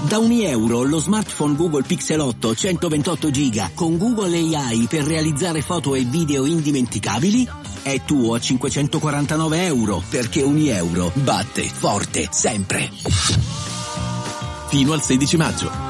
Da €1 lo smartphone Google Pixel 8 128 GB con Google AI per realizzare foto e video indimenticabili è tuo a €549, perché €1 batte forte sempre. Fino al 16 maggio.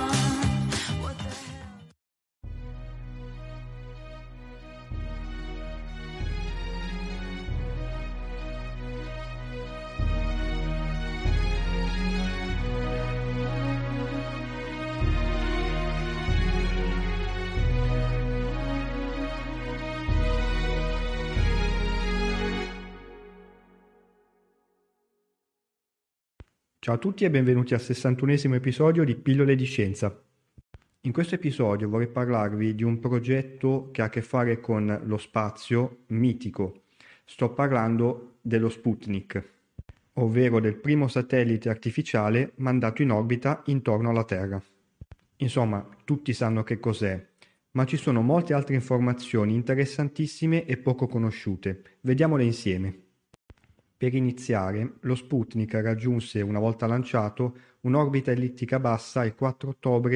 Ciao a tutti e benvenuti al 61esimo episodio di Pillole di Scienza. In questo episodio vorrei parlarvi di un progetto che ha a che fare con lo spazio mitico. Sto parlando dello Sputnik, ovvero del primo satellite artificiale mandato in orbita intorno alla Terra. Insomma, tutti sanno che cos'è, ma ci sono molte altre informazioni interessantissime e poco conosciute. Vediamole insieme. Per iniziare, lo Sputnik raggiunse, una volta lanciato, un'orbita ellittica bassa il 4 ottobre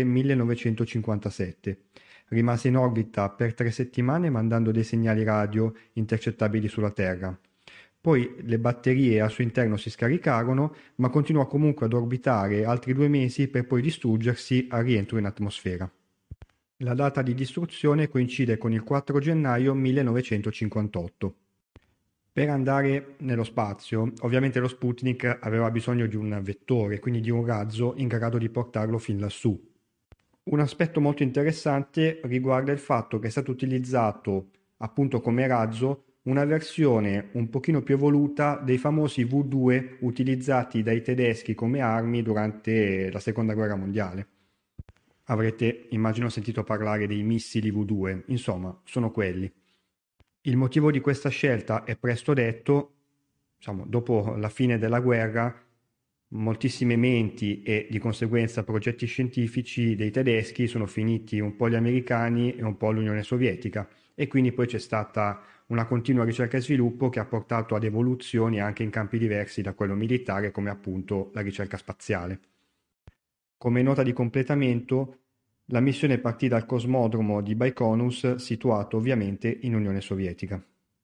1957. Rimase in orbita per 3 settimane mandando dei segnali radio intercettabili sulla Terra. Poi le batterie al suo interno si scaricarono, ma continuò comunque ad orbitare altri 2 mesi per poi distruggersi al rientro in atmosfera. La data di distruzione coincide con il 4 gennaio 1958. Per andare nello spazio, ovviamente lo Sputnik aveva bisogno di un vettore, quindi di un razzo in grado di portarlo fin lassù. Un aspetto molto interessante riguarda il fatto che è stato utilizzato appunto come razzo una versione un pochino più evoluta dei famosi V2 utilizzati dai tedeschi come armi durante la Seconda Guerra Mondiale. Avrete, immagino, sentito parlare dei missili V2, insomma, sono quelli. Il motivo di questa scelta è presto detto, dopo la fine della guerra, moltissime menti e di conseguenza progetti scientifici dei tedeschi sono finiti un po' agli americani e un po' all'Unione Sovietica, e quindi poi c'è stata una continua ricerca e sviluppo che ha portato ad evoluzioni anche in campi diversi da quello militare, come appunto la ricerca spaziale. Come nota di completamento, la missione partì dal cosmodromo di Baikonur, situato ovviamente in Unione Sovietica.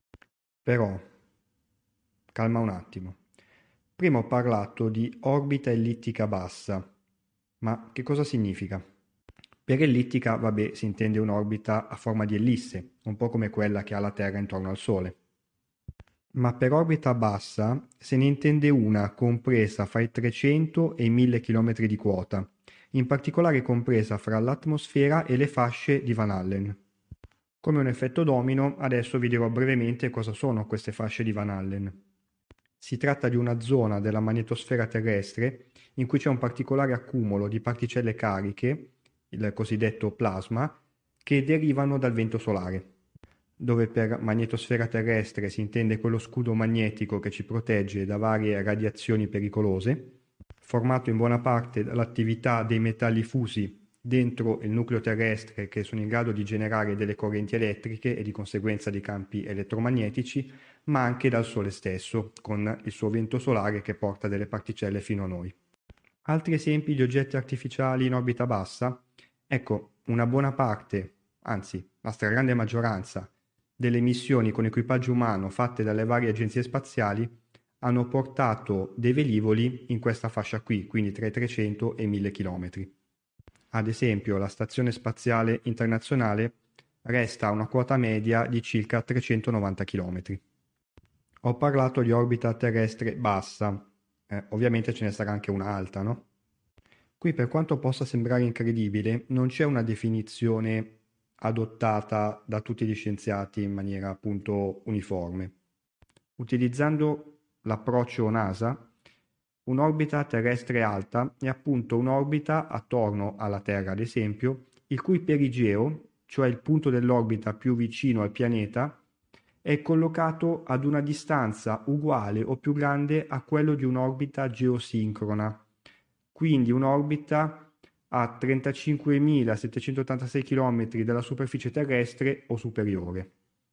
Però, calma un attimo. Prima ho parlato di orbita ellittica bassa, ma che cosa significa? Per ellittica, si intende un'orbita a forma di ellisse, un po' come quella che ha la Terra intorno al Sole. Ma per orbita bassa se ne intende una compresa fra i 300 e i 1000 km di quota, in particolare compresa fra l'atmosfera e le fasce di Van Allen. Come un effetto domino, adesso vi dirò brevemente cosa sono queste fasce di Van Allen. Si tratta di una zona della magnetosfera terrestre in cui c'è un particolare accumulo di particelle cariche, il cosiddetto plasma, che derivano dal vento solare, dove per magnetosfera terrestre si intende quello scudo magnetico che ci protegge da varie radiazioni pericolose, formato in buona parte dall'attività dei metalli fusi dentro il nucleo terrestre che sono in grado di generare delle correnti elettriche e di conseguenza dei campi elettromagnetici, ma anche dal Sole stesso, con il suo vento solare che porta delle particelle fino a noi. Altri esempi di oggetti artificiali in orbita bassa? Ecco, una buona parte, anzi la stragrande maggioranza, delle missioni con equipaggio umano fatte dalle varie agenzie spaziali hanno portato dei velivoli in questa fascia qui, quindi tra i 300 e i 1000 km. Ad esempio, la Stazione Spaziale Internazionale resta a una quota media di circa 390 km. Ho parlato di orbita terrestre bassa, ovviamente ce ne sarà anche una alta, no? Qui, per quanto possa sembrare incredibile, non c'è una definizione adottata da tutti gli scienziati in maniera appunto uniforme. Utilizzando l'approccio NASA, un'orbita terrestre alta è appunto un'orbita attorno alla Terra, ad esempio, il cui perigeo, cioè il punto dell'orbita più vicino al pianeta, è collocato ad una distanza uguale o più grande a quello di un'orbita geosincrona, quindi un'orbita a 35.786 km dalla superficie terrestre o superiore.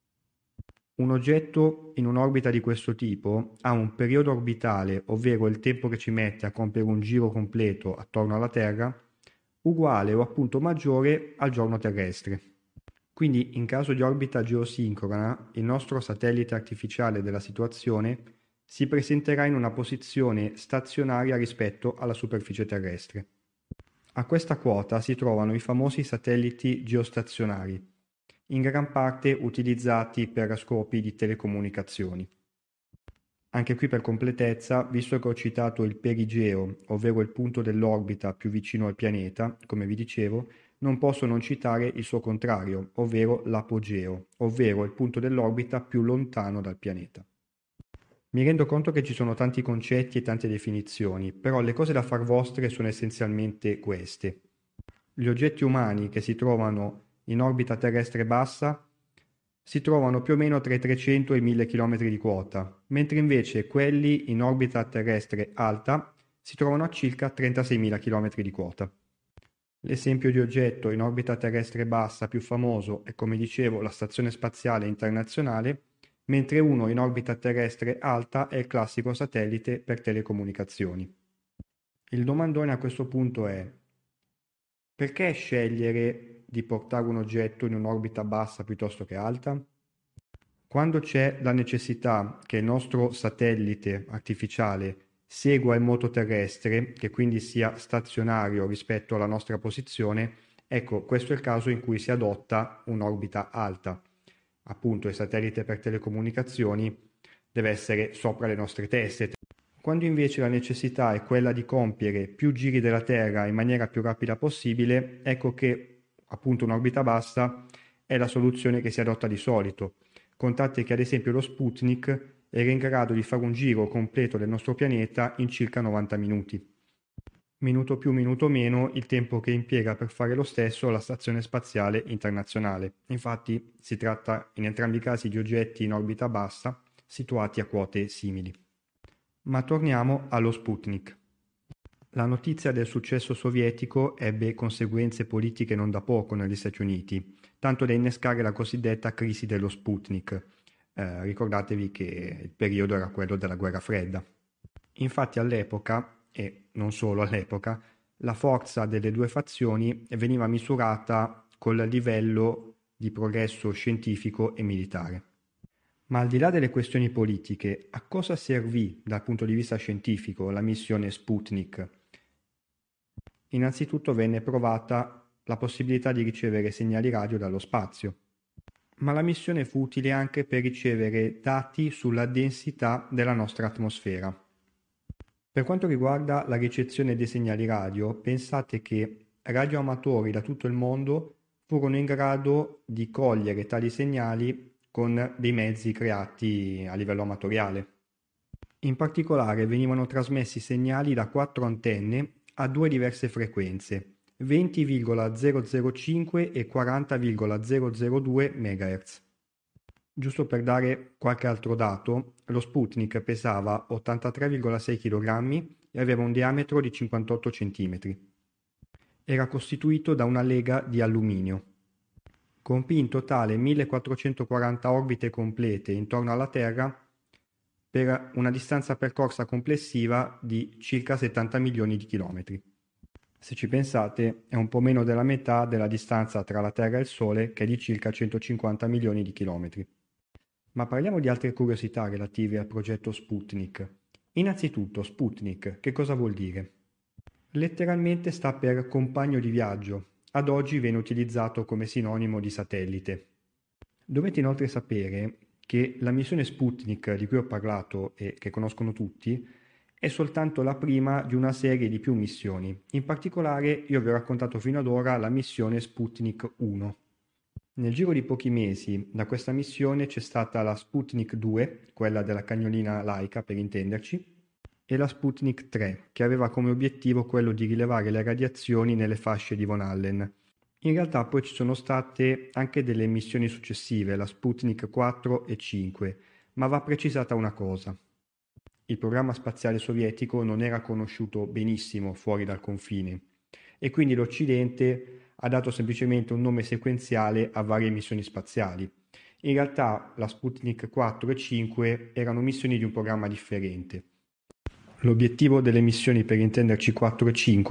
Un oggetto in un'orbita di questo tipo ha un periodo orbitale, ovvero il tempo che ci mette a compiere un giro completo attorno alla Terra, uguale o appunto maggiore al giorno terrestre. Quindi in caso di orbita geosincrona, il nostro satellite artificiale della situazione si presenterà in una posizione stazionaria rispetto alla superficie terrestre. A questa quota si trovano i famosi satelliti geostazionari, in gran parte utilizzati per scopi di telecomunicazioni. Anche qui per completezza, visto che ho citato il perigeo, ovvero il punto dell'orbita più vicino al pianeta, come vi dicevo, non posso non citare il suo contrario, ovvero l'apogeo, ovvero il punto dell'orbita più lontano dal pianeta. Mi rendo conto che ci sono tanti concetti e tante definizioni, però le cose da far vostre sono essenzialmente queste. Gli oggetti umani che si trovano in orbita terrestre bassa si trovano più o meno tra i 300 e i 1000 km di quota, mentre invece quelli in orbita terrestre alta si trovano a circa 36.000 km di quota. L'esempio di oggetto in orbita terrestre bassa più famoso è, come dicevo, la Stazione Spaziale Internazionale, mentre uno in orbita terrestre alta è il classico satellite per telecomunicazioni. Il domandone a questo punto è: perché scegliere di portare un oggetto in un'orbita bassa piuttosto che alta? Quando c'è la necessità che il nostro satellite artificiale segua il moto terrestre, che quindi sia stazionario rispetto alla nostra posizione, ecco, questo è il caso in cui si adotta un'orbita alta. Appunto, il satellite per telecomunicazioni deve essere sopra le nostre teste. Quando invece la necessità è quella di compiere più giri della Terra in maniera più rapida possibile, ecco che appunto un'orbita bassa è la soluzione che si adotta di solito. Contate che ad esempio lo Sputnik era in grado di fare un giro completo del nostro pianeta in circa 90 minuti. Minuto più, minuto meno, il tempo che impiega per fare lo stesso la Stazione Spaziale Internazionale. Infatti si tratta in entrambi i casi di oggetti in orbita bassa, situati a quote simili. Ma torniamo allo Sputnik. La notizia del successo sovietico ebbe conseguenze politiche non da poco negli Stati Uniti, tanto da innescare la cosiddetta crisi dello Sputnik. Ricordatevi che il periodo era quello della guerra fredda. Infatti all'epoca, e non solo all'epoca, la forza delle due fazioni veniva misurata col livello di progresso scientifico e militare. Ma al di là delle questioni politiche, a cosa servì dal punto di vista scientifico la missione Sputnik? Innanzitutto venne provata la possibilità di ricevere segnali radio dallo spazio, ma la missione fu utile anche per ricevere dati sulla densità della nostra atmosfera. Per quanto riguarda la ricezione dei segnali radio, pensate che radioamatori da tutto il mondo furono in grado di cogliere tali segnali con dei mezzi creati a livello amatoriale. In particolare venivano trasmessi segnali da 4 antenne a 2 diverse frequenze, 20,005 e 40,002 MHz. Giusto per dare qualche altro dato, lo Sputnik pesava 83,6 kg e aveva un diametro di 58 cm. Era costituito da una lega di alluminio. Compì in totale 1440 orbite complete intorno alla Terra per una distanza percorsa complessiva di circa 70 milioni di chilometri. Se ci pensate, è un po' meno della metà della distanza tra la Terra e il Sole, che è di circa 150 milioni di chilometri. Ma parliamo di altre curiosità relative al progetto Sputnik. Innanzitutto, Sputnik, che cosa vuol dire? Letteralmente sta per compagno di viaggio. Ad oggi viene utilizzato come sinonimo di satellite. Dovete inoltre sapere che la missione Sputnik di cui ho parlato e che conoscono tutti è soltanto la prima di una serie di più missioni. In particolare io vi ho raccontato fino ad ora la missione Sputnik 1. Nel giro di pochi mesi da questa missione c'è stata la Sputnik 2, quella della cagnolina Laika per intenderci, e la Sputnik 3, che aveva come obiettivo quello di rilevare le radiazioni nelle fasce di Von Allen. In realtà poi ci sono state anche delle missioni successive, la Sputnik 4 e 5, ma va precisata una cosa. Il programma spaziale sovietico non era conosciuto benissimo fuori dal confine e quindi l'Occidente ha dato semplicemente un nome sequenziale a varie missioni spaziali. In realtà la Sputnik 4 e 5 erano missioni di un programma differente. L'obiettivo delle missioni, per intenderci 4 e 5,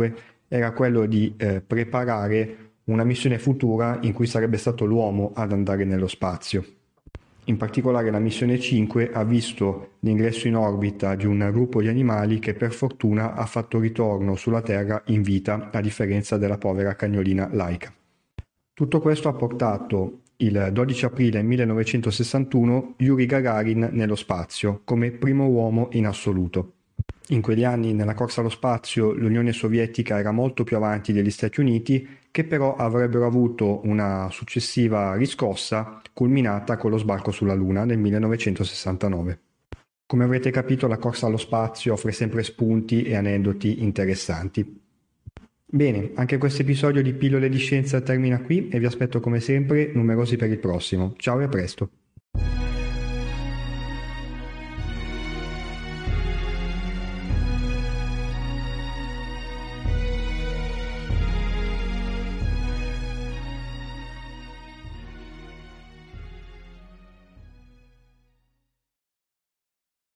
era quello di preparare una missione futura in cui sarebbe stato l'uomo ad andare nello spazio. In particolare la missione 5 ha visto l'ingresso in orbita di un gruppo di animali che per fortuna ha fatto ritorno sulla Terra in vita, a differenza della povera cagnolina Laika. Tutto questo ha portato il 12 aprile 1961 Yuri Gagarin nello spazio come primo uomo in assoluto. In quegli anni nella corsa allo spazio l'Unione Sovietica era molto più avanti degli Stati Uniti, che però avrebbero avuto una successiva riscossa culminata con lo sbarco sulla Luna nel 1969. Come avrete capito, la corsa allo spazio offre sempre spunti e aneddoti interessanti. Bene, anche questo episodio di Pillole di Scienza termina qui e vi aspetto come sempre numerosi per il prossimo. Ciao e a presto!